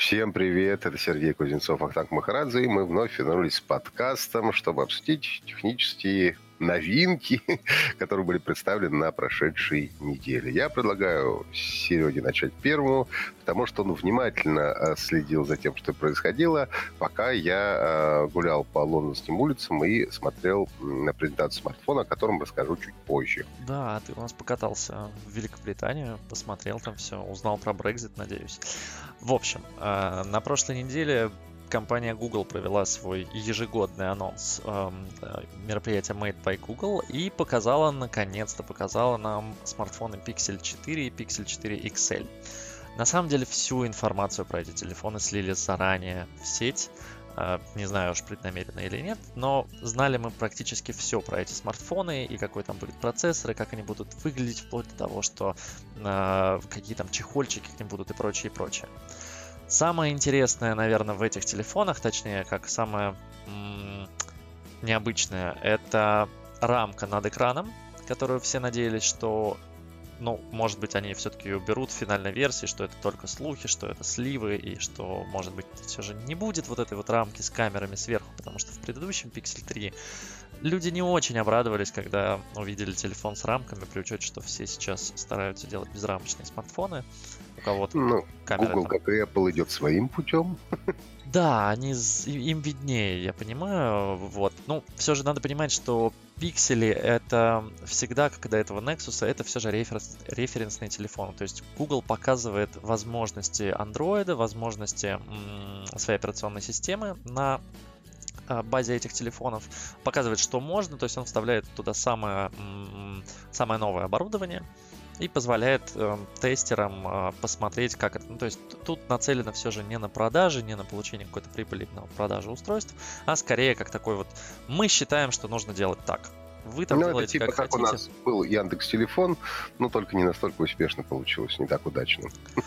Всем привет, это Сергей Кузнецов, Ахтанг Махарадзе, и мы вновь вернулись с подкастом, чтобы обсудить технические новинки, которые были представлены на прошедшей неделе. Я предлагаю Сереге начать первому, потому что он внимательно следил за тем, что происходило, пока я гулял по лондонским улицам и смотрел на презентацию смартфона, о котором расскажу чуть позже. Да, ты у нас покатался в Великобританию, посмотрел там все, узнал про Brexit, надеюсь. В общем, на прошлой неделе компания Google провела свой ежегодный анонс мероприятия Made by Google и наконец-то показала нам смартфоны Pixel 4 и Pixel 4 XL. На самом деле всю информацию про эти телефоны слили заранее в сеть. Не знаю уж, преднамеренно или нет, но знали мы практически все про эти смартфоны и какой там будет процессор, и как они будут выглядеть, вплоть до того, что какие там чехольчики к ним будут и прочее, и прочее. Самое интересное, наверное, в этих телефонах, точнее, как самое необычное, это рамка над экраном, которую все надеялись, что может быть, они все-таки ее уберут в финальной версии, что это только слухи, что это сливы, и что, может быть, все же не будет вот этой вот рамки с камерами сверху, потому что в предыдущем Pixel 3 люди не очень обрадовались, когда увидели телефон с рамками, при учете, что все сейчас стараются делать безрамочные смартфоны. У кого-то камера Google, там... как и Apple, идет своим путем. Да, им виднее, я понимаю, вот. Все же надо понимать, что пиксели — это всегда, как и до этого Nexus, это все же референсные телефоны. То есть Google показывает возможности Android, возможности своей операционной системы на базе этих телефонов, показывает, что можно, то есть он вставляет туда самое новое оборудование и позволяет тестерам посмотреть, как это. То есть тут нацелено все же не на продажи, не на получение какой-то прибыли на продажу устройств, а скорее как такой вот: мы считаем, что нужно делать так. Вы там делаете это типа как у хотите. нас был Яндекс.Телефон, но только не настолько успешно получилось, не так удачно.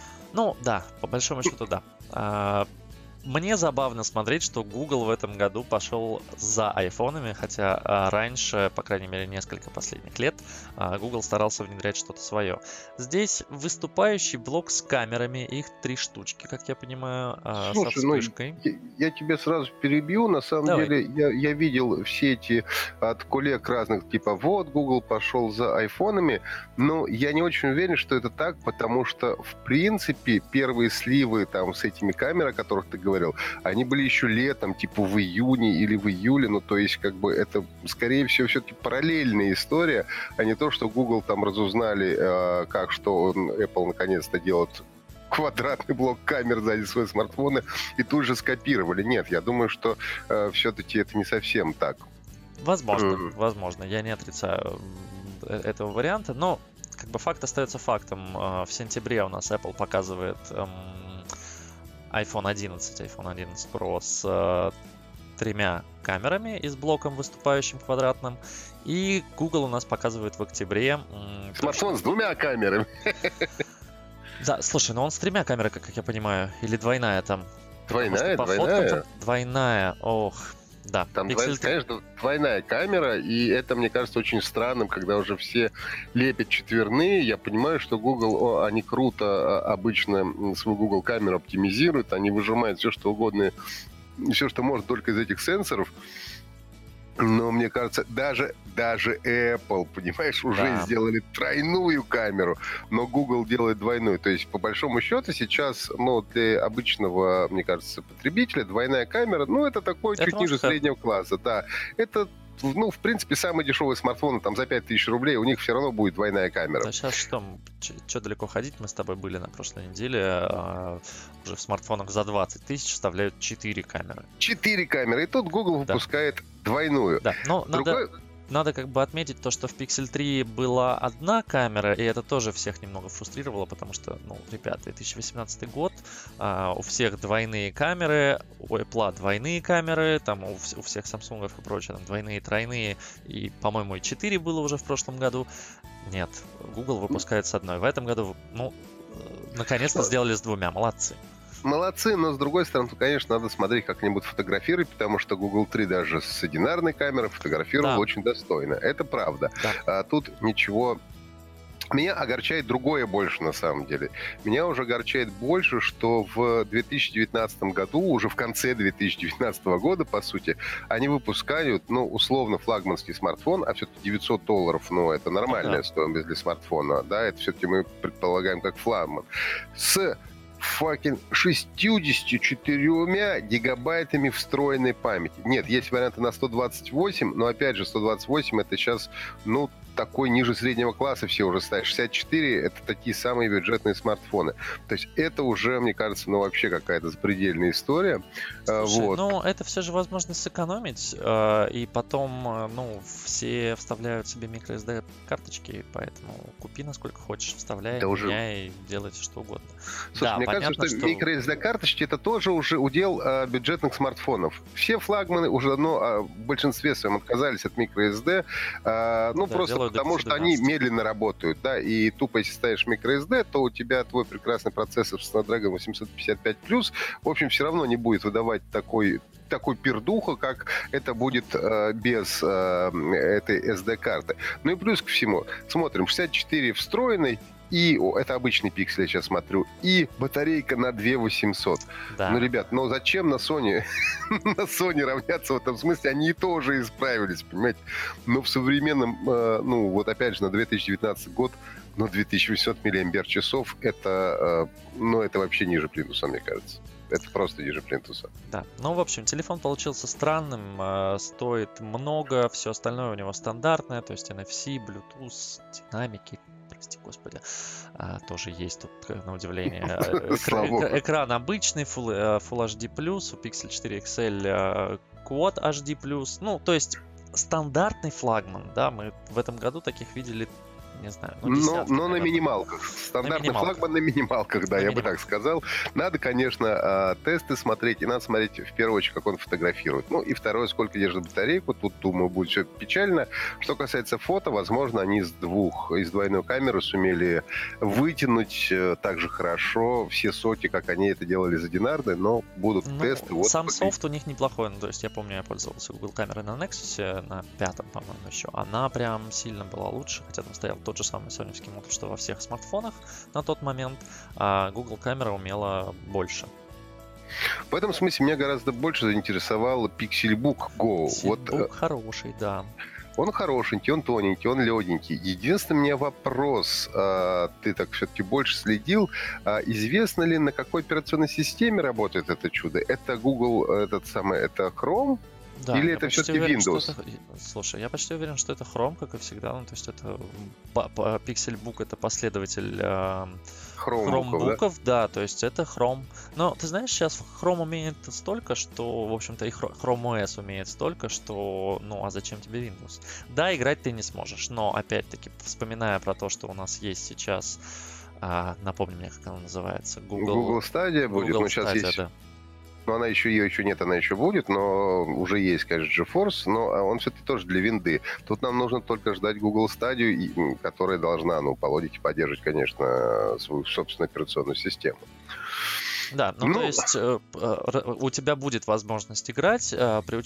Да, по большому счету, да. Мне забавно смотреть, что Google в этом году пошел за айфонами, хотя раньше, по крайней мере, несколько последних лет, Google старался внедрять что-то свое. Здесь выступающий блок с камерами, их 3 штучки, как я понимаю, со вспышкой. Я тебя сразу перебью. На самом деле, я видел все эти от коллег разных, типа, вот, Google пошел за айфонами, но я не очень уверен, что это так, потому что, в принципе, первые сливы там с этими камерами, о которых ты говорил, они были еще летом, типа в июне или в июле, то есть как бы это, скорее всего, все-таки параллельная история, а не то, что Google там разузнали, что Apple наконец-то делает квадратный блок камер сзади свои смартфоны и тут же скопировали. Нет, я думаю, что все-таки это не совсем так. Возможно, я не отрицаю этого варианта, но как бы факт остается фактом. В сентябре у нас Apple показывает iPhone 11 Pro с 3 камерами и с блоком выступающим квадратным. И Google у нас показывает в октябре... Смартфон с 2 камерами. Да, слушай, он с 3 камерами, как я понимаю, или двойная там? Двойная? Двойная, ох... Да, там, конечно, двойная камера, и это, мне кажется, очень странным, когда уже все лепят четверные. Я понимаю, что Google, они круто обычно свою Google камеру оптимизируют, они выжимают все, что угодно, все, что может только из этих сенсоров. Но мне кажется, даже Apple, понимаешь, уже сделали тройную камеру, но Google делает двойную. То есть, по большому счету, сейчас, для обычного, мне кажется, потребителя двойная камера, это такой чуть ниже среднего класса. Да, это, в принципе, самые дешевые смартфоны, там, за 5000 рублей, у них все равно будет двойная камера. Да сейчас что далеко ходить, мы с тобой были на прошлой неделе, уже в смартфонах за 20 тысяч вставляют 4 камеры. 4 камеры, и тут Google выпускает двойную. Да, но надо как бы отметить то, что в Pixel 3 была одна камера, и это тоже всех немного фрустрировало, потому что, ребят, 2018 год, у всех двойные камеры, у Apple двойные камеры, там у всех Samsung и прочее, там двойные, тройные, и, по-моему, и 4 было уже в прошлом году. Нет, Google выпускает с одной. В этом году, наконец-то сделали с 2, молодцы. Молодцы, но с другой стороны, конечно, надо смотреть, как они будут фотографировать, потому что Google 3 даже с одинарной камерой фотографировал очень достойно. Это правда. Да. Тут ничего Меня огорчает другое больше, на самом деле. Меня уже огорчает больше, что в 2019 году, уже в конце 2019 года, по сути, они выпускают, ну, условно, флагманский смартфон, а все-таки $900, ну, это Ну нормальная да. стоимость для смартфона, да, это все-таки мы предполагаем как флагман, с fucking 64 гигабайтами встроенной памяти. Нет, есть варианты на 128, но, опять же, 128 это сейчас, ну, такой ниже среднего класса все уже ставят. 64 это такие самые бюджетные смартфоны. То есть это уже, мне кажется, ну вообще какая-то запредельная история. Слушай, Вот. ну это все же возможность сэкономить, и потом, ну, все вставляют себе microSD карточки, поэтому купи насколько хочешь, вставляй, Это уже... меняй, делайте что угодно. Слушай, Да, мне кажется, понятно, что что microSD-карточки это тоже уже удел бюджетных смартфонов. Все флагманы уже давно в большинстве своем отказались от microSD, ну да, просто делают до потому, что они 512. медленно работают, да, и тупо если ставишь microSD, то у тебя твой прекрасный процессор Snapdragon 855+, в общем, все равно не будет выдавать такой пердуха, как это будет без этой SD-карты. Ну и плюс ко всему, смотрим, 64 встроенный, и это обычный пиксель, я сейчас смотрю, и батарейка на 2800. Да. Ну, ребят, ну зачем на Sony, на Sony равняться в этом смысле? Они и тоже исправились, понимаете? Но в современном, ну, вот опять же, на 2019 год, но 2800 мАч это, ну, это вообще ниже плинтуса, мне кажется. Это просто ниже плинтуса. Да, ну, в общем, телефон получился странным, стоит много, все остальное у него стандартное, то есть NFC, Bluetooth, динамики, прости господи, тоже есть тут, на удивление. Экран обычный, Full HD+, у Pixel 4 XL Quad HD+, ну, то есть стандартный флагман, да, мы в этом году таких видели, не знаю, ну, десятки, но на наверное. минималках. Стандартный флагман на минималках, да, На я бы минималках. так сказал. Надо, конечно, тесты смотреть, и надо смотреть в первую очередь, как он фотографирует. Ну и второе, сколько держит батарейку. Тут, думаю, будет все печально. Что касается фото, возможно, они из двойной камеры сумели вытянуть так же хорошо все соки, как они это делали за Динарды, но будут Ну, тесты. Вот сам софт у них неплохой. Ну, то есть я помню, я пользовался Google камерой на Nexus, на 5-м, по-моему, еще. Она прям сильно была лучше, хотя там стоял тот же самый соневский модуль, что во всех смартфонах на тот момент, а Google камера умела больше. В этом смысле меня гораздо больше заинтересовал Pixelbook Go. Pixelbook хороший, да. Он хорошенький, он тоненький, он легенький. Единственный у меня вопрос, ты так все-таки больше следил, известно ли, на какой операционной системе работает это чудо? Это Google, это Chrome? Да, Или я это почти все-таки уверен, что Windows? Слушай, я почти уверен, что это Chrome, как и всегда. Ну, то есть это Pixelbook — это последователь Chromebook'ов, да? Chromebook'ов, да, то есть это Chrome. Но ты знаешь, сейчас Chrome умеет столько, что, в общем-то, и Chrome OS умеет столько, что, ну, а зачем тебе Windows? Да, играть ты не сможешь, но, опять-таки, вспоминая про то, что у нас есть сейчас, напомни мне, как она называется, Google Stadia будет, Google но сейчас Stadia, есть... да. Но ее еще нет, она еще будет, но уже есть, конечно, GeForce, но он все-таки тоже для винды. Тут нам нужно только ждать Google Stadia, которая должна, ну, по логике, поддерживать, конечно, свою собственную операционную систему. Да, ну, то есть у тебя будет возможность играть при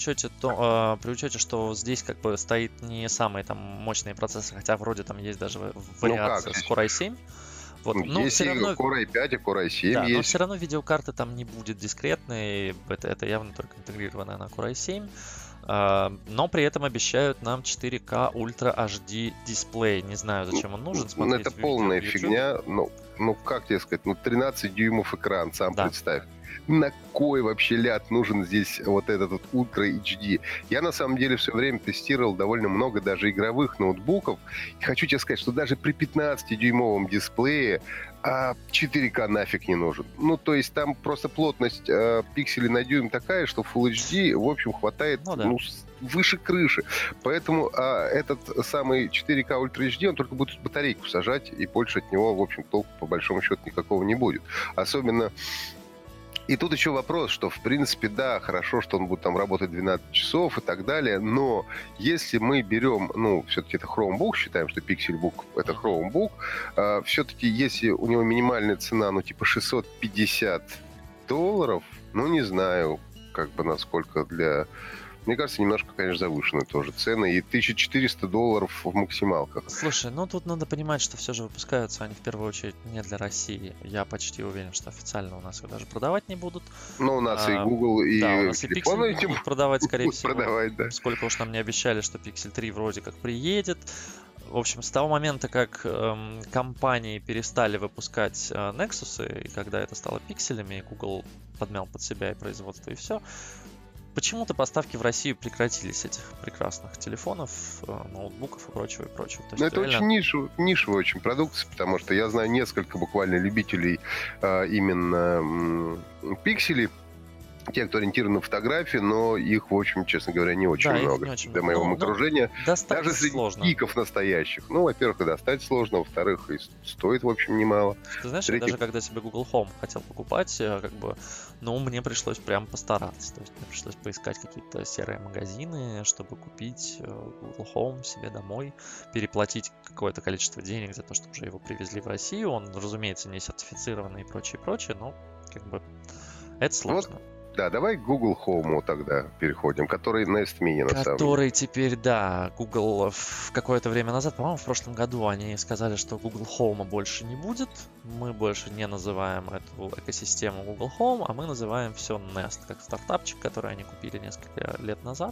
учете, что здесь как бы стоит не самые там мощные процессы, хотя вроде там есть даже вариация с Core i7. Вот, но есть все равно... Core i5 и Core i7 да, есть. но все равно видеокарты там не будет дискретной, это явно только интегрированная на Core i7. Но при этом обещают нам 4К Ultra HD дисплей. Не знаю, зачем он нужен. Смотреть это полная фигня. Ну, как тебе сказать, 13 дюймов экран, сам представь. На кой вообще ляд нужен здесь вот этот вот Ultra HD? Я на самом деле все время тестировал довольно много даже игровых ноутбуков. И хочу тебе сказать, что даже при 15-дюймовом дисплее 4К нафиг не нужен. Ну, то есть там просто плотность пикселей на дюйм такая, что Full HD, в общем, хватает выше крыши. Поэтому этот самый 4К Ultra HD, он только будет батарейку сажать, и больше от него, в общем, толку по большому счету никакого не будет. Особенно... И тут еще вопрос, что, в принципе, да, хорошо, что он будет там работать 12 часов и так далее, но если мы берем, ну, все-таки это Chromebook, считаем, что Pixelbook — это Chromebook, все-таки если у него минимальная цена, ну, типа $650, ну, не знаю, как бы насколько для Мне кажется, немножко, конечно, завышены тоже цены. И $1400 в максималках. Слушай, ну тут надо понимать, что все же выпускаются они в первую очередь не для России. Я почти уверен, что официально у нас их даже продавать не будут. Но у нас и Google, и Да, у нас и телефоны Pixel эти будут продавать, скорее будут всего. продавать, да. Сколько уж нам не обещали, что Pixel 3 вроде как приедет. В общем, с того момента, как компании перестали выпускать Nexus, и когда это стало пикселями, и Google подмял под себя и производство, и все, почему-то поставки в Россию прекратились этих прекрасных телефонов, ноутбуков и прочего, и прочего. То Но есть это реально... очень нишевая очень продукция, потому что я знаю несколько буквально любителей именно пикселей, те, кто ориентирован на фотографии, но их, в общем, честно говоря, не очень Да, их много не очень для много. моего окружения. Достать Даже среди сложно. гиков настоящих. Ну, во-первых, и достать сложно, во-вторых, и стоит, в общем, немало. Ты знаешь, я даже когда себе Google Home хотел покупать, как бы, ну, мне пришлось прям постараться. То есть мне пришлось поискать какие-то серые магазины, чтобы купить Google Home себе домой, переплатить какое-то количество денег за то, что уже его привезли в Россию. Он, разумеется, не сертифицированный и прочее, но как бы это сложно. Вот. Да, давай к Google Home тогда переходим, который Nest Mini на самом деле. Который теперь, да, Google в какое-то время назад, по-моему, в прошлом году они сказали, что Google Home больше не будет. Мы больше не называем эту экосистему Google Home, а мы называем все Nest, как стартапчик, который они купили несколько лет назад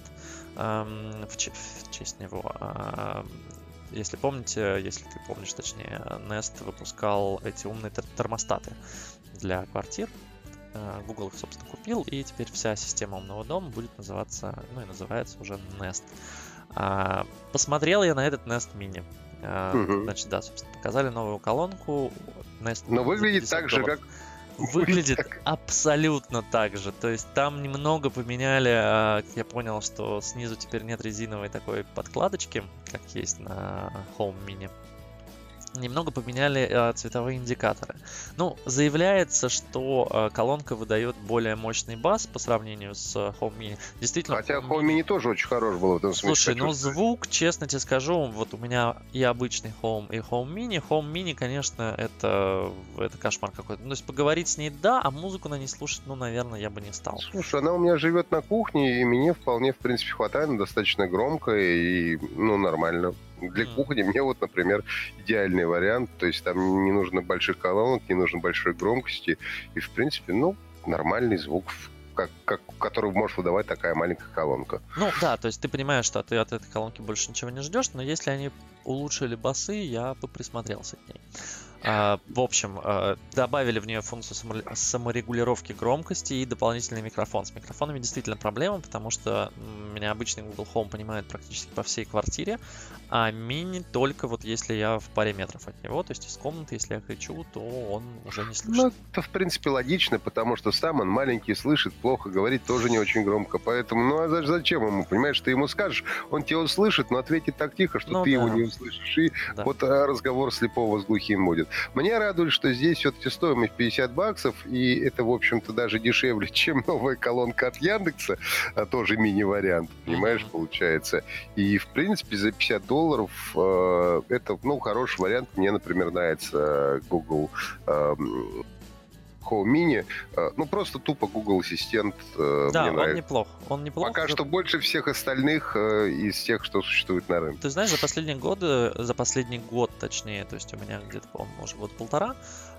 в честь него. Если помните, если ты помнишь, точнее, Nest выпускал эти умные термостаты для квартир. Google их, собственно, купил, и теперь вся система умного дома будет называться, ну и называется уже Nest. Посмотрел я на этот Nest Mini. Значит, да, собственно, показали новую колонку. Nest Но выглядит так же, как... Выглядит абсолютно так же. То есть там немного поменяли, я понял, что снизу теперь нет резиновой такой подкладочки, как есть на Home Mini. Немного поменяли цветовые индикаторы. Ну, заявляется, что колонка выдает более мощный бас по сравнению с Home Mini. Действительно, хотя Home Mini тоже очень хорош был в этом смысле. Слушай, ну звук, честно тебе скажу, вот у меня и обычный Home, и Home Mini. Home Mini, конечно, это кошмар какой-то. Ну, то есть поговорить с ней, да, а музыку на ней слушать, ну, наверное, я бы не стал. Слушай, она у меня живет на кухне, и мне вполне, в принципе, хватает. Она достаточно громкая и, ну, нормально. Для кухни мне вот, например, идеальный вариант. То есть там не нужно больших колонок, не нужно большой громкости. И, в принципе, ну, нормальный звук, который может выдавать такая маленькая колонка. Ну да, то есть ты понимаешь, что ты от этой колонки больше ничего не ждешь, но если они улучшили басы, я бы присмотрелся к ней. В общем, добавили в нее функцию саморегулировки громкости и дополнительный микрофон. С микрофонами действительно проблема, потому что меня обычный Google Home понимает практически по всей квартире, а мини только вот если я в паре метров от него, то есть из комнаты, если я кричу, то он уже не слышит. Ну, это в принципе логично, потому что сам он маленький, слышит плохо, говорит тоже не очень громко, поэтому, ну а зачем ему, понимаешь, ты ему скажешь, он тебя услышит, но ответит так тихо, что ты его не услышишь, и вот разговор слепого с глухим будет. Меня радует, что здесь все-таки стоимость $50, и это, в общем-то, даже дешевле, чем новая колонка от Яндекса, тоже мини-вариант, понимаешь, получается. И, в принципе, за $50 это, ну, хороший вариант. Мне, например, нравится Google Home Mini. Ну, просто тупо Google Ассистент. Да, мне он нравится. Он неплох. Пока что больше всех остальных из тех, что существует на рынке. Ты знаешь, за последний год, точнее, то есть у меня где-то, по-моему, уже год-полтора,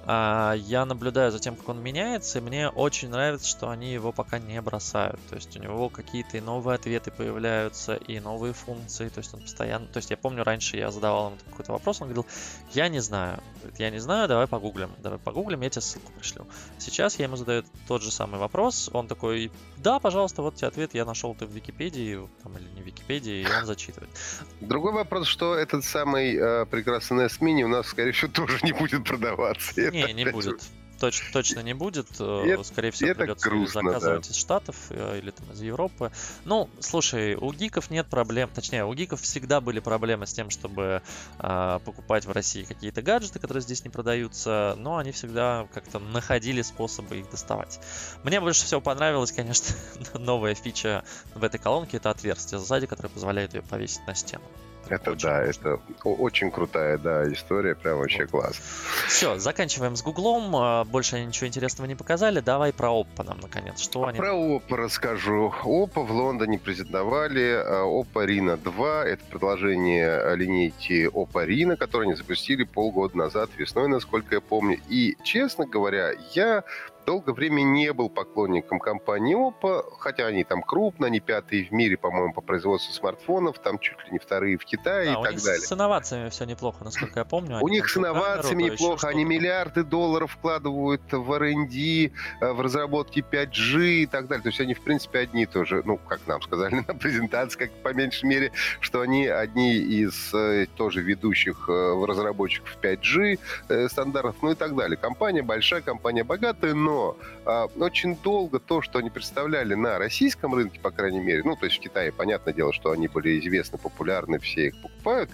я наблюдаю за тем, как он меняется, и мне очень нравится, что они его пока не бросают. То есть у него какие-то и новые ответы появляются, и новые функции, то есть он постоянно... То есть я помню, раньше я задавал ему какой-то вопрос, он говорил, я не знаю, давай погуглим, я тебе ссылку пришлю. Сейчас я ему задаю тот же самый вопрос, он такой, да, пожалуйста, вот тебе ответ, я нашел это в Википедии, там, или не в Википедии, и он зачитывает. Другой вопрос, что этот самый прекрасный Nest Mini у нас, скорее всего, тоже не будет продаваться. Не будет. Точно не будет. Скорее всего, это придется грустно, заказывать из Штатов или там из Европы. Ну, слушай, у гиков нет проблем. Точнее, у гиков всегда были проблемы с тем, чтобы покупать в России какие-то гаджеты, которые здесь не продаются, но они всегда как-то находили способы их доставать. Мне больше всего понравилась, конечно, новая фича в этой колонке. Это отверстие сзади, которое позволяет ее повесить на стену. Это Очень да, нужно. это очень крутая, да, история, прям вообще Вот. класс. Все, заканчиваем с Гуглом. Больше они ничего интересного не показали. Давай про Oppo нам, наконец. Что они... Про Oppo расскажу. Oppo в Лондоне презентовали Oppo Reno 2. Это продолжение линейки Oppo Reno, которую они запустили полгода назад, весной, насколько я помню. И, честно говоря, я долгое время не был поклонником компании Oppo, хотя они там крупно, они пятые в мире, по-моему, по производству смартфонов, там чуть ли не вторые в Китае и Да, у них так далее. с инновациями все неплохо, насколько я помню. У Они них там с то камеру, инновациями то еще неплохо, они что-то там. миллиарды долларов вкладывают в R&D, в разработке 5G и так далее. То есть они, в принципе, одни тоже, ну, как нам сказали на презентации, как по меньшей мере, что они одни из тоже ведущих разработчиков 5G стандартов, ну и так далее. Компания большая, компания богатая, но очень долго то, что они представляли на российском рынке, по крайней мере, ну, то есть в Китае, понятное дело, что они были известны, популярны, все их покупают,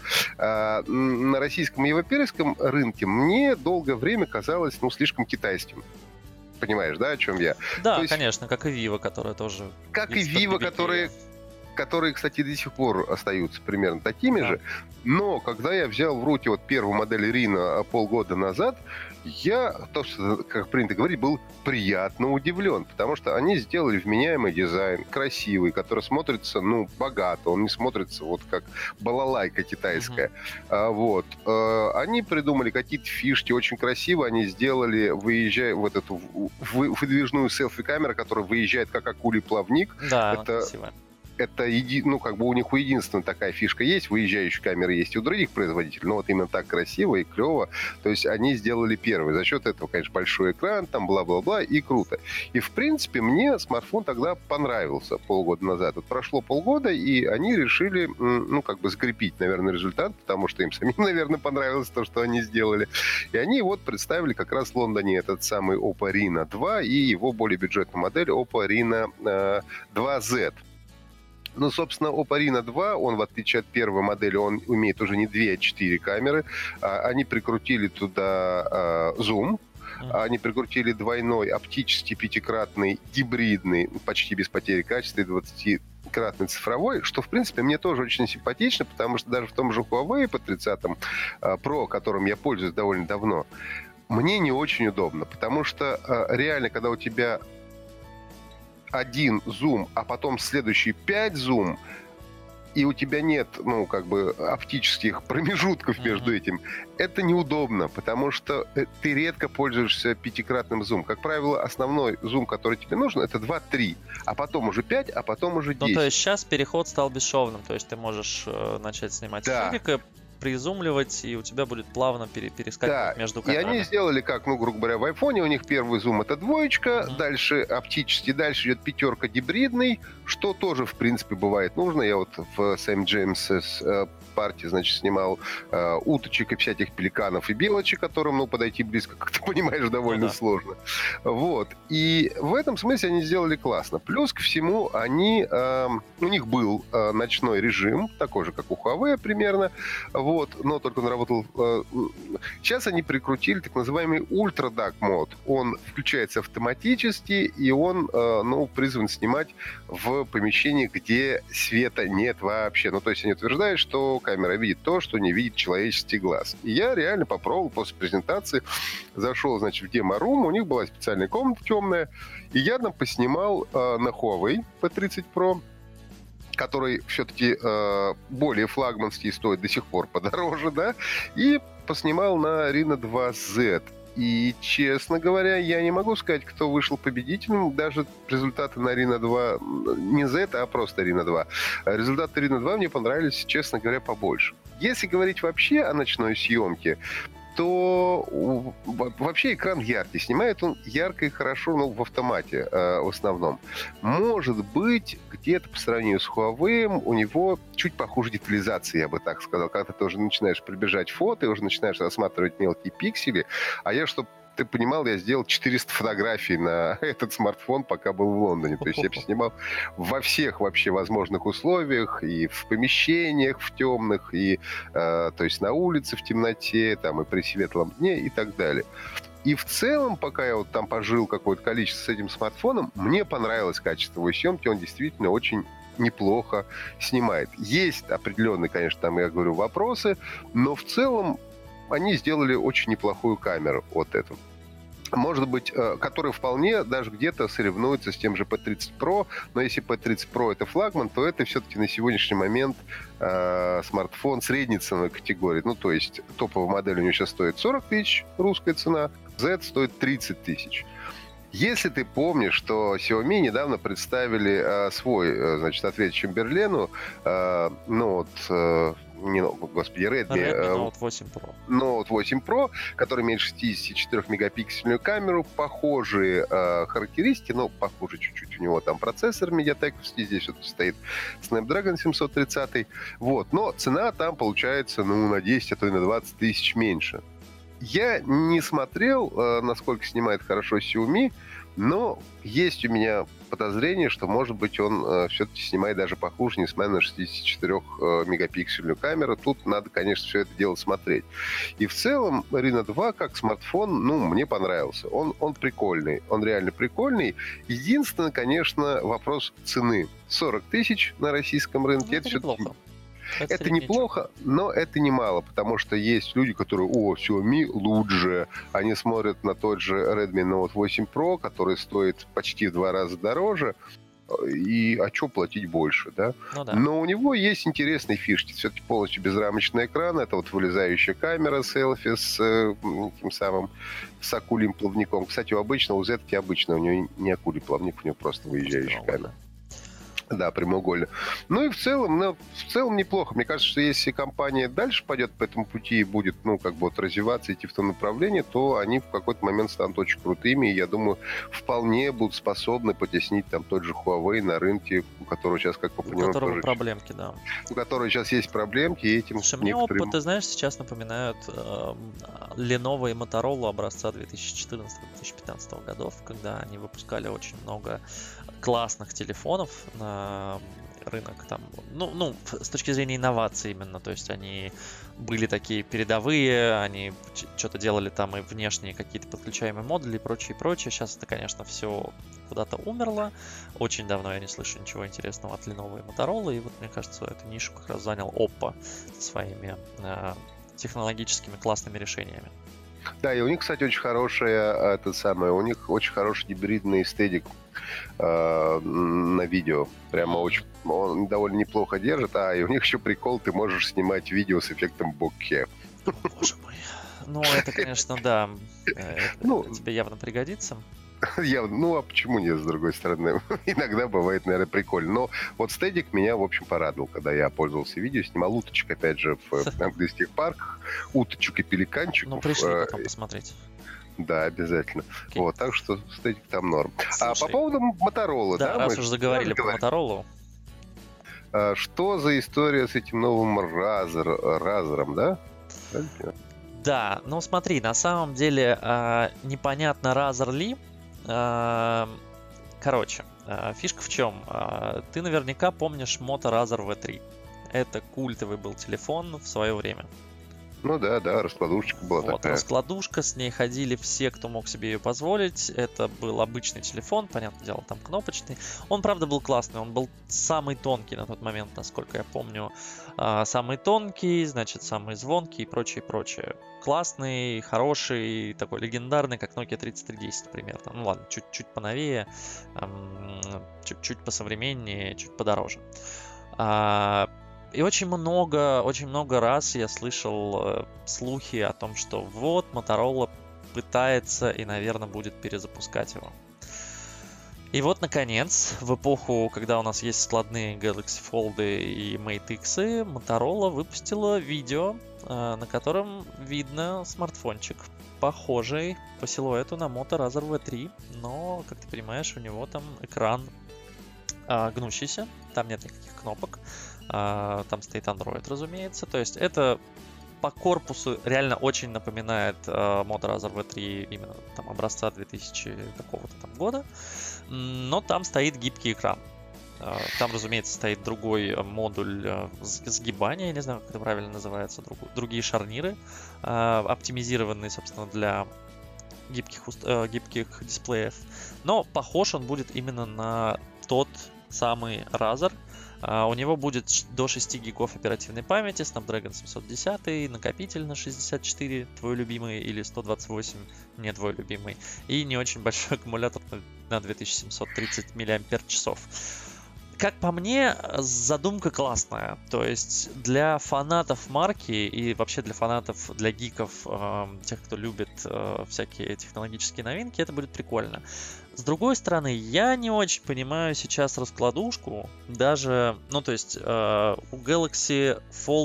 на российском и европейском рынке мне долгое время казалось, ну, слишком китайским. Понимаешь, да, о чем я? Да, То есть, конечно, как и Vivo, которая тоже как и есть под Vivo, BBK. которые, кстати, до сих пор остаются примерно такими Да. же. Но когда я взял в руки вот первую модель Reno полгода назад, я, то, что, как принято говорить, был приятно удивлен, потому что они сделали вменяемый дизайн, красивый, который смотрится, ну, богато, он не смотрится вот как балалайка китайская. Вот. Они придумали какие-то фишки очень красиво, они сделали, выезжая вот эту выдвижную селфи-камеру, которая выезжает как акулий плавник. Да, она Это красивая. это ну, как бы у них единственная такая фишка есть, выезжающие камеры есть и у других производителей, но вот именно так красиво и клево. То есть они сделали первый. За счет этого, конечно, большой экран, там бла-бла-бла, и круто. И, в принципе, мне смартфон тогда понравился полгода назад. Вот прошло полгода, и они решили, ну, как бы закрепить, наверное, результат, потому что им самим, наверное, понравилось то, что они сделали. И они вот представили как раз в Лондоне этот самый Oppo Reno 2 и его более бюджетную модель Oppo Reno 2Z. Ну, собственно, Oppo Reno 2, он, в отличие от первой модели, он имеет уже не 2, а 4 камеры. Они прикрутили туда зум, они прикрутили двойной оптический пятикратный гибридный, почти без потери качества, и 20-кратный цифровой, что, в принципе, мне тоже очень симпатично, потому что даже в том же Huawei P30 Pro, которым я пользуюсь довольно давно, мне не очень удобно, потому что реально, когда у тебя один зум, а потом следующий 5 зум, и у тебя нет, ну, как бы, оптических промежутков между этим, это неудобно, потому что ты редко пользуешься пятикратным зумом. Как правило, основной зум, который тебе нужен, это 2-3, а потом уже 5, а потом уже 10. Ну, то есть сейчас переход стал бесшовным, то есть ты можешь начать снимать с телека, призумливать, и у тебя будет плавно перескакивать между камерами. И они сделали как, ну, грубо говоря, в айфоне у них первый зум это 2, дальше оптический, дальше идет 5 гибридный, что тоже, в принципе, бывает нужно. Я вот в Сэм Джеймс партии, значит, снимал уточек и всяких пеликанов и белочек, которым, ну, подойти близко, как ты понимаешь, довольно сложно. Вот. И в этом смысле они сделали классно. Плюс ко всему, у них был ночной режим, такой же, как у Huawei примерно, вот, но только он работал... Сейчас они прикрутили так называемый Ultra Dark Mode. Он включается автоматически, и он, ну, призван снимать в помещении, где света нет вообще. Ну, то есть они утверждают, что камера видит то, что не видит человеческий глаз. И я реально попробовал после презентации, зашел, значит, в демо-рум, у них была специальная комната темная, и я там поснимал на Huawei P30 Pro, который все-таки более флагманский, стоит до сих пор подороже, да, и поснимал на Reno 2Z. И, честно говоря, я не могу сказать, кто вышел победителем. Даже результаты на Reno 2, не Z, а просто Reno 2. Результаты Reno 2 мне понравились, честно говоря, побольше. Если говорить вообще о ночной съемке, то вообще экран яркий. Снимает он ярко и хорошо, ну, в автомате в основном. Может быть, где-то по сравнению с Huawei у него чуть похуже детализация, я бы так сказал. Когда ты тоже начинаешь прибежать фото, и уже начинаешь рассматривать мелкие пиксели. А я, чтобы ты понимал, я сделал 400 фотографий на этот смартфон, пока был в Лондоне. То есть я снимал во всех вообще возможных условиях, и в помещениях в темных, и то есть на улице в темноте, там, и при светлом дне, и так далее. И в целом, пока я вот там пожил какое-то количество с этим смартфоном, мне понравилось качество его съемки, он действительно очень неплохо снимает. Есть определенные, конечно, там, я говорю, вопросы, но в целом они сделали очень неплохую камеру вот эту. Может быть, который вполне даже где-то соревнуется с тем же P30 Pro, но если P30 Pro это флагман, то это все-таки на сегодняшний момент смартфон средней ценовой категории. Ну, то есть топовая модель у него сейчас стоит 40 тысяч, русская цена, Z стоит 30 тысяч. Если ты помнишь, что Xiaomi недавно представили свой, значит, ответ Чемберлену, Redmi Note 8 Pro. Note 8 Pro, который имеет 64-мегапиксельную камеру, похожие характеристики, но похуже чуть-чуть у него там процессор медиатековский, здесь вот стоит Snapdragon 730, вот, но цена там получается, на 10, а то и на 20 тысяч меньше. Я не смотрел, насколько снимает хорошо Xiaomi, но есть у меня подозрение, что, может быть, он все-таки снимает даже похуже, несмотря на 64-мегапиксельную камеру. Тут надо, конечно, все это дело смотреть. И в целом Reno 2 как смартфон, мне понравился. Он прикольный, он реально прикольный. Единственное, конечно, вопрос цены. 40 тысяч на российском рынке. Это неплохо. Это неплохо, но это немало, потому что есть люди, которые, Xiaomi лучше. Они смотрят на тот же Redmi Note 8 Pro, который стоит почти в 2 раза дороже. И что платить больше, да? Ну, да? Но у него есть интересные фишки. Все-таки полностью безрамочный экран. Это вот вылезающая камера селфи с тем самым с акульим плавником. Кстати, у Z-ки обычно, у него не акулий плавник, у него просто выезжающая камера. Да, прямоугольно. Ну и в целом неплохо. Мне кажется, что если компания дальше пойдет по этому пути и будет, развиваться, идти в том направлении, то они в какой-то момент станут очень крутыми, и я думаю, вполне будут способны потеснить там тот же Huawei на рынке, у которого сейчас, как мы понимаем, у которого проблемки, да. У которого сейчас есть проблемки, и этим Слушай, мне опыт, ты знаешь, сейчас напоминают Lenovo и Motorola образца 2014-2015 годов, когда они выпускали очень много классных телефонов на рынок там, с точки зрения инноваций именно, то есть они были такие передовые, они что-то делали там и внешние какие-то подключаемые модули и прочее. Сейчас это, конечно, все куда-то умерло. Очень давно я не слышу ничего интересного от Lenovo и Motorola, и вот мне кажется, эту нишу как раз занял Oppo со своими технологическими классными решениями. Да, и у них, кстати, очень хорошая, у них очень хороший гибридный эстетик на видео. Прямо он довольно неплохо держит, и у них еще прикол, ты можешь снимать видео с эффектом боке. Боже мой. Это, конечно, да. Это тебе явно пригодится. А почему нет, с другой стороны? Иногда бывает, наверное, прикольно. Но вот стедик меня, в общем, порадовал, когда я пользовался видео, снимал уточек, опять же, в английских парках, уточек и пеликанчиков. Пришли потом посмотреть. Да, обязательно. Okay. Вот, так что стедик там норм. Слушай, по поводу Motorola, да? Раз уж заговорили по Motorola. Что за история с этим новым Razer'ом, да? Да, смотри, на самом деле непонятно, Razer ли. Короче, фишка в чем? Ты наверняка помнишь Moto Razr V3. Это культовый был телефон в свое время. Да, раскладушечка была такая. Раскладушка, с ней ходили все, кто мог себе ее позволить. Это был обычный телефон, понятное дело, там кнопочный. Он, правда, был классный, он был самый тонкий на тот момент, насколько я помню. Самый тонкий, значит, самый звонкий и прочее. Классный, хороший, такой легендарный, как Nokia 3310 примерно. Ладно, чуть-чуть поновее, чуть-чуть посовременнее, чуть подороже. И очень много раз я слышал слухи о том, что вот Motorola пытается и, наверное, будет перезапускать его. И вот, наконец, в эпоху, когда у нас есть складные Galaxy Fold и Mate X, Motorola выпустила видео, на котором видно смартфончик, похожий по силуэту на Moto Razr V3, но, как ты понимаешь, у него там экран гнущийся, там нет никаких кнопок. Там стоит Android, разумеется. То есть это по корпусу реально очень напоминает Moto Razr V3 именно там образца 2000 какого-то там года. Но там стоит гибкий экран. Там, разумеется, стоит другой модуль сгибания, я не знаю, как это правильно называется, другие шарниры, оптимизированные, собственно, для гибких дисплеев. Но похож он будет именно на тот самый Razer, У него будет до 6 гигов оперативной памяти, Snapdragon 710, накопитель на 64, твой любимый, или 128, не твой любимый, и не очень большой аккумулятор на 2730 мАч. Как по мне, задумка классная. То есть для фанатов марки и вообще для фанатов, для гиков, тех, кто любит всякие технологические новинки, это будет прикольно. С другой стороны, я не очень понимаю сейчас раскладушку. Даже, ну то есть у Galaxy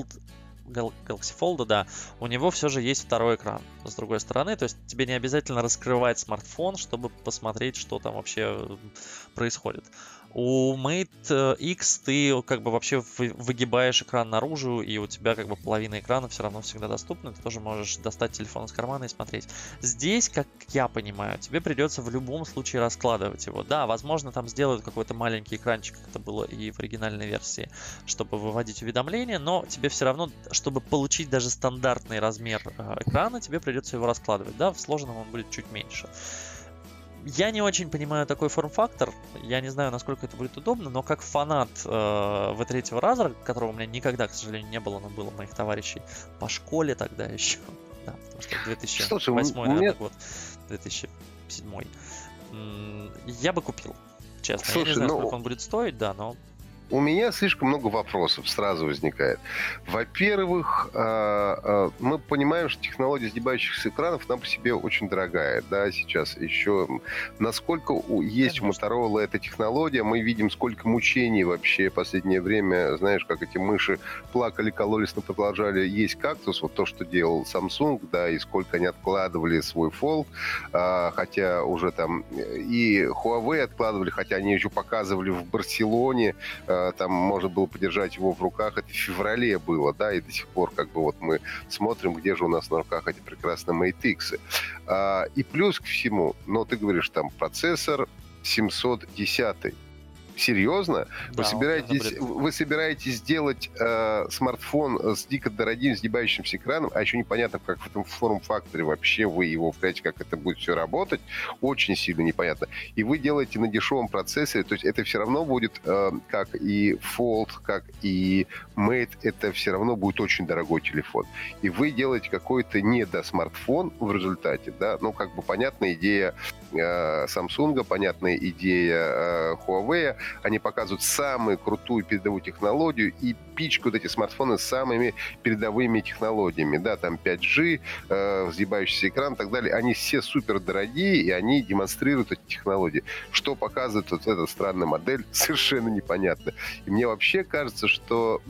Fold, да, у него все же есть второй экран. С другой стороны, то есть тебе не обязательно раскрывать смартфон, чтобы посмотреть, что там вообще происходит. У Mate X ты как бы вообще выгибаешь экран наружу, и у тебя как бы половина экрана все равно всегда доступна. Ты тоже можешь достать телефон из кармана и смотреть. Здесь, как я понимаю, тебе придется в любом случае раскладывать его. Да, возможно, там сделают какой-то маленький экранчик, как это было и в оригинальной версии, чтобы выводить уведомления, но тебе все равно, чтобы получить даже стандартный размер экрана, тебе придется его раскладывать. Да, в сложенном он будет чуть меньше. Я не очень понимаю такой форм-фактор, я не знаю, насколько это будет удобно, но как фанат V3 Razer, которого у меня никогда, к сожалению, не было, но было у моих товарищей по школе тогда еще, да, потому что 2008, наверное, год, 2007, я бы купил, честно. Я не знаю, сколько он будет стоить, да, но... У меня слишком много вопросов сразу возникает. Во-первых, мы понимаем, что технология сгибающихся экранов нам по себе очень дорогая, да, сейчас еще. Насколько есть у Motorola эта технология, мы видим, сколько мучений вообще в последнее время, знаешь, как эти мыши плакали, кололись, но продолжали есть кактус, вот то, что делал Samsung, да, и сколько они откладывали свой Fold, хотя уже там и Huawei откладывали, хотя они еще показывали в Барселоне, там можно было подержать его в руках. Это в феврале было, да, и до сих пор как бы вот мы смотрим, где же у нас на руках эти прекрасные Mate X. И плюс ко всему, но ты говоришь, там процессор 710. Серьезно? Да, вы собираетесь сделать смартфон с дико дорогим сгибающимся экраном, а еще непонятно, как в этом форм-факторе вообще вы его вкратите, как это будет все работать. Очень сильно непонятно. И вы делаете на дешевом процессоре, то есть это все равно будет, как и Fold, как и Mate, это все равно будет очень дорогой телефон. И вы делаете какой-то недосмартфон в результате, да, ну, как бы понятная идея Samsung, понятная идея Huawei. Они показывают самую крутую передовую технологию и пичкают эти смартфоны самыми передовыми технологиями. Да, там 5G, взъебающийся экран и так далее. Они все супер дорогие, и они демонстрируют эти технологии. Что показывает вот эта странная модель, совершенно непонятно. И мне вообще кажется, что...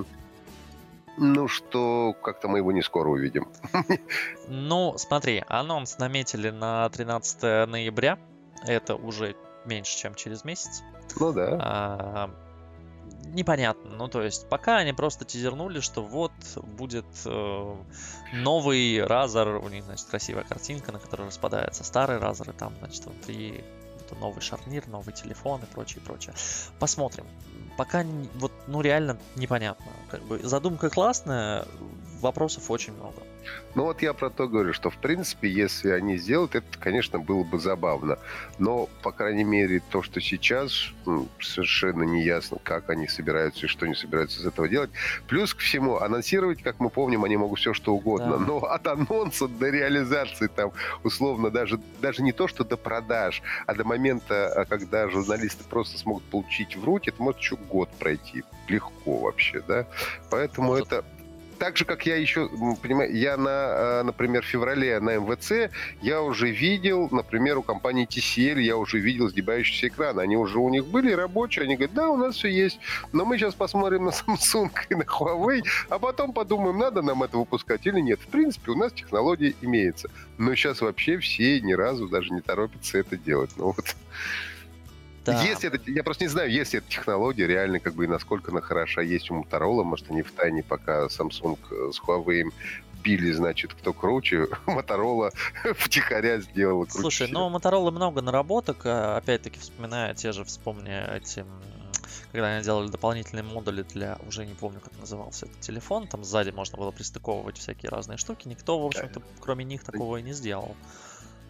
что как-то мы его не скоро увидим. Ну, смотри, анонс наметили на 13 ноября. Это уже меньше, чем через месяц. Ну да. Непонятно. Ну, то есть, пока они просто тизернули, что вот будет новый Razer. У них, значит, красивая картинка, на которой распадается старый Razer. И там, значит, внутри новый шарнир, новый телефон и прочее, прочее. Посмотрим. Пока вот, ну, реально непонятно. Как бы задумка классная, вопросов очень много. Ну вот я про то говорю, что в принципе, если они сделают, это, конечно, было бы забавно. Но, по крайней мере, то, что сейчас, совершенно не ясно, как они собираются и что они собираются из этого делать. Плюс ко всему, анонсировать, как мы помним, они могут все, что угодно. Да. Но от анонса до реализации, там, условно, даже не то, что до продаж, а до момента, когда журналисты просто смогут получить в руки, это может еще год пройти. Легко вообще, да? Поэтому это... Так же, как я еще, понимаю, я например, в феврале на МВЦ я уже видел, например, у компании TCL я уже видел сгибающийся экран. Они уже у них были рабочие, они говорят, да, у нас все есть, но мы сейчас посмотрим на Samsung и на Huawei, а потом подумаем, надо нам это выпускать или нет. В принципе, у нас технология имеется. Но сейчас вообще все ни разу даже не торопятся это делать. Ну вот... Да. Если это, я просто не знаю, если эта технология реально как бы и насколько она хороша есть у Motorola, может, они в тайне, пока Samsung с Huawei били, значит, кто круче, Motorola втихаря сделала круче. Слушай, ну у Motorola много наработок, опять-таки вспоминая те же, вспомни эти, когда они делали дополнительные модули для, уже не помню, как назывался этот телефон, там сзади можно было пристыковывать всякие разные штуки, никто, в общем-то, кроме них такого и не сделал.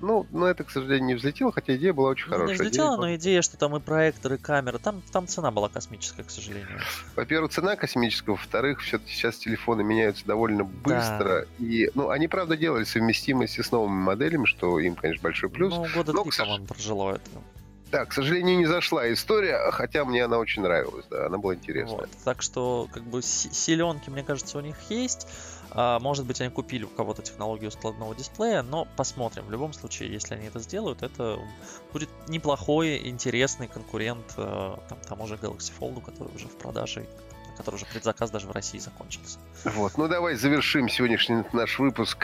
но это, к сожалению, не взлетело, хотя идея была очень Ну, не хорошая. взлетело, но идея, что там и проектор, и камера, там цена была космическая, к сожалению. Во-первых, цена космическая, во-вторых, все-таки сейчас телефоны меняются довольно быстро. Да. И, они, правда, делали совместимости с новыми моделями, что им, конечно, большой плюс. Ну, года Но, 3, по-моему, прожило это. да, к сожалению, не зашла история, хотя мне она очень нравилась, да, она была интересная. Вот. Так что, как бы, силенки, мне кажется, у них есть. Может быть, они купили у кого-то технологию складного дисплея, но посмотрим. В любом случае, если они это сделают, это будет неплохой, интересный конкурент тому же Galaxy Fold, который уже в продаже, который уже предзаказ даже в России закончился. Вот, давай завершим сегодняшний наш выпуск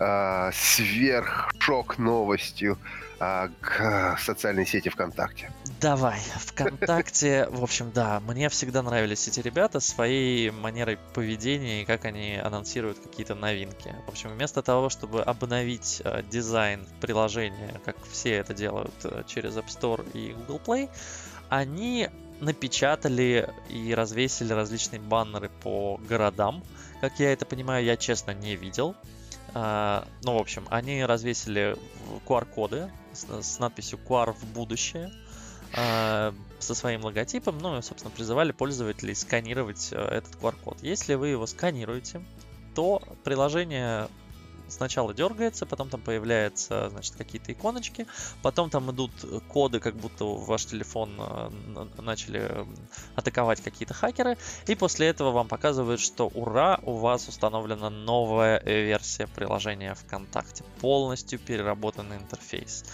сверхшок новостью к социальной сети ВКонтакте. Давай, ВКонтакте, в общем, да, мне всегда нравились эти ребята своей манерой поведения и как они анонсируют какие-то новинки. В общем, вместо того, чтобы обновить дизайн приложения, как все это делают через App Store и Google Play, они напечатали и развесили различные баннеры по городам. Как я это понимаю, я честно не видел. В общем, они развесили QR-коды с надписью QR в будущее со своим логотипом, и, собственно, призывали пользователей сканировать этот QR-код. Если вы его сканируете, то приложение сначала дергается, потом там появляются, значит, какие-то иконочки, потом там идут коды, как будто ваш телефон начали атаковать какие-то хакеры, и после этого вам показывают, что ура, у вас установлена новая версия приложения ВКонтакте, полностью переработанный интерфейс.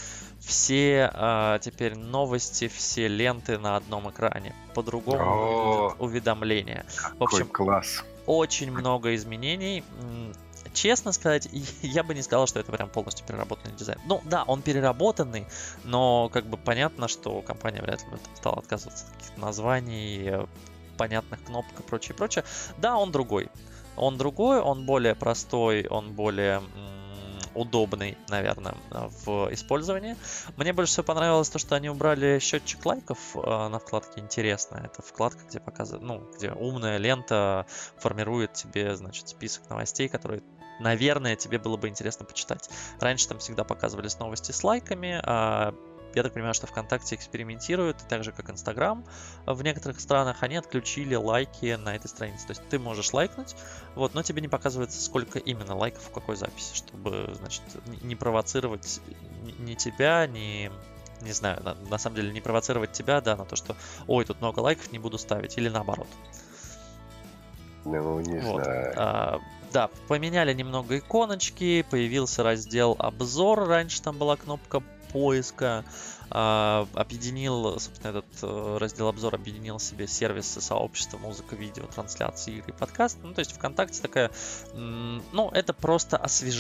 Все теперь новости, все ленты на одном экране, по-другому уведомления. В общем, класс. Очень много изменений. Честно сказать, я бы не сказал, что это прям полностью переработанный дизайн. Ну да, он переработанный, но как бы понятно, что компания вряд ли бы стала отказываться от каких-то названий, понятных кнопок и прочее, прочее. Да, он другой. Он другой, он более простой, он более удобный, наверное, в использовании. Мне больше всего понравилось то, что они убрали счетчик лайков на вкладке «Интересно». Это вкладка, где показывает, где умная лента формирует тебе, значит, список новостей, которые, наверное, тебе было бы интересно почитать. Раньше там всегда показывались новости с лайками, я так понимаю, что ВКонтакте экспериментируют, так же, как Инстаграм. В некоторых странах они отключили лайки на этой странице. То есть ты можешь лайкнуть, но тебе не показывается, сколько именно лайков в какой записи, чтобы, значит, не провоцировать ни тебя, не знаю, на самом деле не провоцировать тебя, да, на то, что ой, тут много лайков, не буду ставить, или наоборот. Не знаю. Да, поменяли немного иконочки, появился раздел «Обзор», раньше там была кнопка поиска, объединил, собственно, этот раздел «Обзор» объединил в себе сервисы сообщества, музыка, видео, трансляции, игры, подкасты. То есть ВКонтакте такая, это просто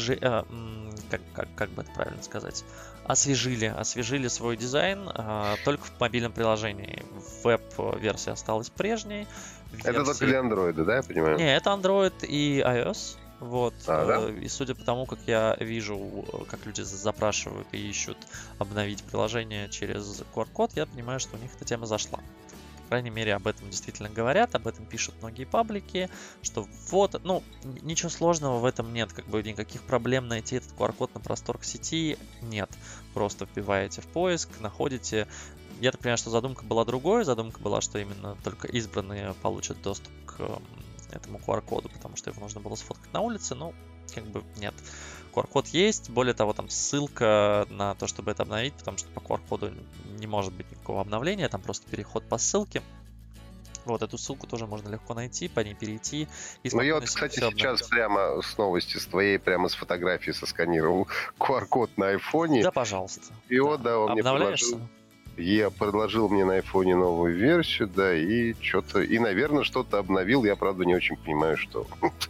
как бы это правильно сказать, освежили свой дизайн только в мобильном приложении. Веб-версия осталась прежней. Это только для Android, да, я понимаю? Не, это Android и iOS. Да? И судя по тому, как я вижу, как люди запрашивают и ищут обновить приложение через QR-код, я понимаю, что у них эта тема зашла. По крайней мере, об этом действительно говорят, об этом пишут многие паблики, что ничего сложного в этом нет, как бы никаких проблем найти этот QR-код на просторах сети нет. Просто вбиваете в поиск, находите. Я так понимаю, что задумка была другой, задумка была, что именно только избранные получат доступ к этому QR-коду, потому что его нужно было сфоткать на улице, как бы нет. QR-код есть, более того, там ссылка на то, чтобы это обновить, потому что по QR-коду не может быть никакого обновления, там просто переход по ссылке. Эту ссылку тоже можно легко найти, по ней перейти. Я кстати, сейчас прямо с новости с твоей, прямо с фотографии сосканировал QR-код на айфоне. Да, пожалуйста. И он мне предложил мне на айфоне новую версию, да, и что-то, и, наверное, что-то обновил, я, правда, не очень понимаю, что.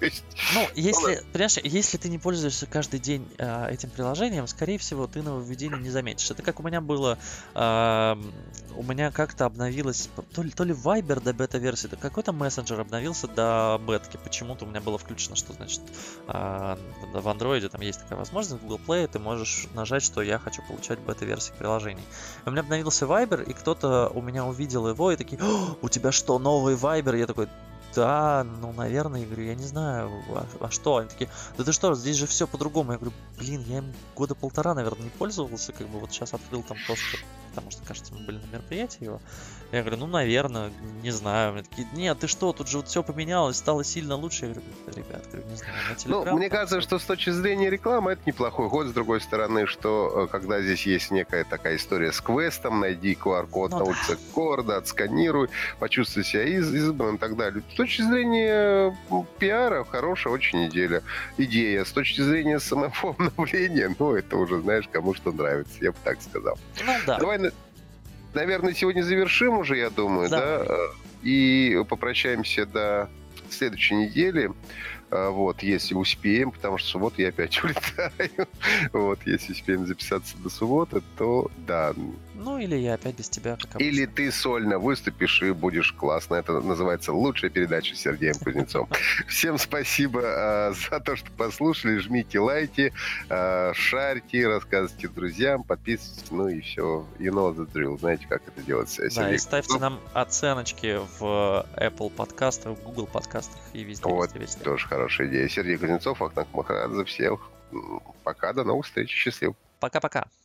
Если ты не пользуешься каждый день этим приложением, скорее всего, ты нововведение не заметишь. Это как у меня было, у меня как-то обновилось, то ли Viber до бета-версии, какой-то мессенджер обновился до бетки, почему-то у меня было включено, что, значит, в Android там есть такая возможность, в Google Play ты можешь нажать, что я хочу получать бета-версии приложений. У меня обновился Viber, и кто-то у меня увидел его и такие: у тебя что, новый Viber? Я такой: да, ну, наверное, я говорю, я не знаю, а что? Они такие, да ты что, здесь же все по-другому. Я говорю, блин, я им года полтора, наверное, не пользовался, как бы вот сейчас открыл там просто, потому что, кажется, мы были на мероприятии его. Я говорю, ну, наверное, не знаю. Они такие, нет, ты что, тут же вот все поменялось, стало сильно лучше. Я говорю, ребят, говорю, не знаю, на Ну, Telegram мне там кажется, всё». что с точки зрения рекламы это неплохой ход. С другой стороны, что когда здесь есть некая такая история с квестом, найди QR-код Ну на да. улице города, отсканируй, почувствуй себя избранным и так далее. С точки зрения пиара, хорошая очень идея. С точки зрения самого обновления, ну, это уже, знаешь, кому что нравится, я бы так сказал. Ну да, Давай, наверное, сегодня завершим уже, я думаю, да, давай. и попрощаемся до следующей недели. Вот, если успеем, потому что в субботу я опять улетаю. Вот, если успеем записаться до субботы, то да. Ну или я опять без тебя, как Или обычно. ты сольно выступишь и будешь классно. Это называется лучшая передача с Сергеем Кузнецовым. Всем спасибо за то, что послушали. Жмите лайки, шарьте, рассказывайте друзьям, подписывайтесь, ну и все. You know the drill. Знаете, как это делается, Да, Сергей и ставьте Кузнецов. нам оценочки в Apple подкастах, в Google подкастах и везде, Вот, везде. тоже хорошая идея. Сергей Кузнецов, Ахтанг Махарадзе. Всех пока, до новых встреч. Счастливо. Пока-пока.